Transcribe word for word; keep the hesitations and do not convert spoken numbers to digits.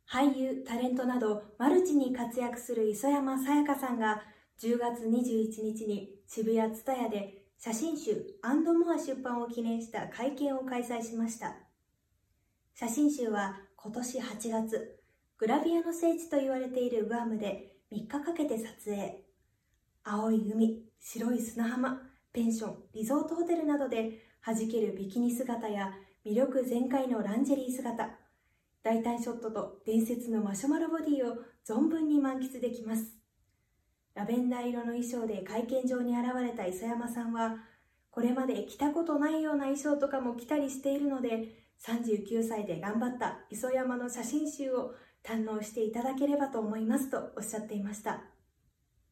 俳優、タレントなどマルチに活躍する磯山さやかさんがじゅうがつにじゅういちにちに渋谷ツタヤで写真集&モア出版を記念した会見を開催しました。写真集は今年はちがつ、グラビアの聖地と言われているグアムでみっかかけて撮影。青い海、白い砂浜、ペンション、リゾートホテルなどで弾けるビキニ姿や魅力全開のランジェリー姿、大胆ショットと伝説のマシュマロボディを存分に満喫できます。ラベンダー色の衣装で会見場に現れた磯山さんは、これまで着たことないような衣装とかも着たりしているので、さんじゅうきゅうさいで頑張った磯山の写真集を堪能していただければと思いますとおっしゃっていました。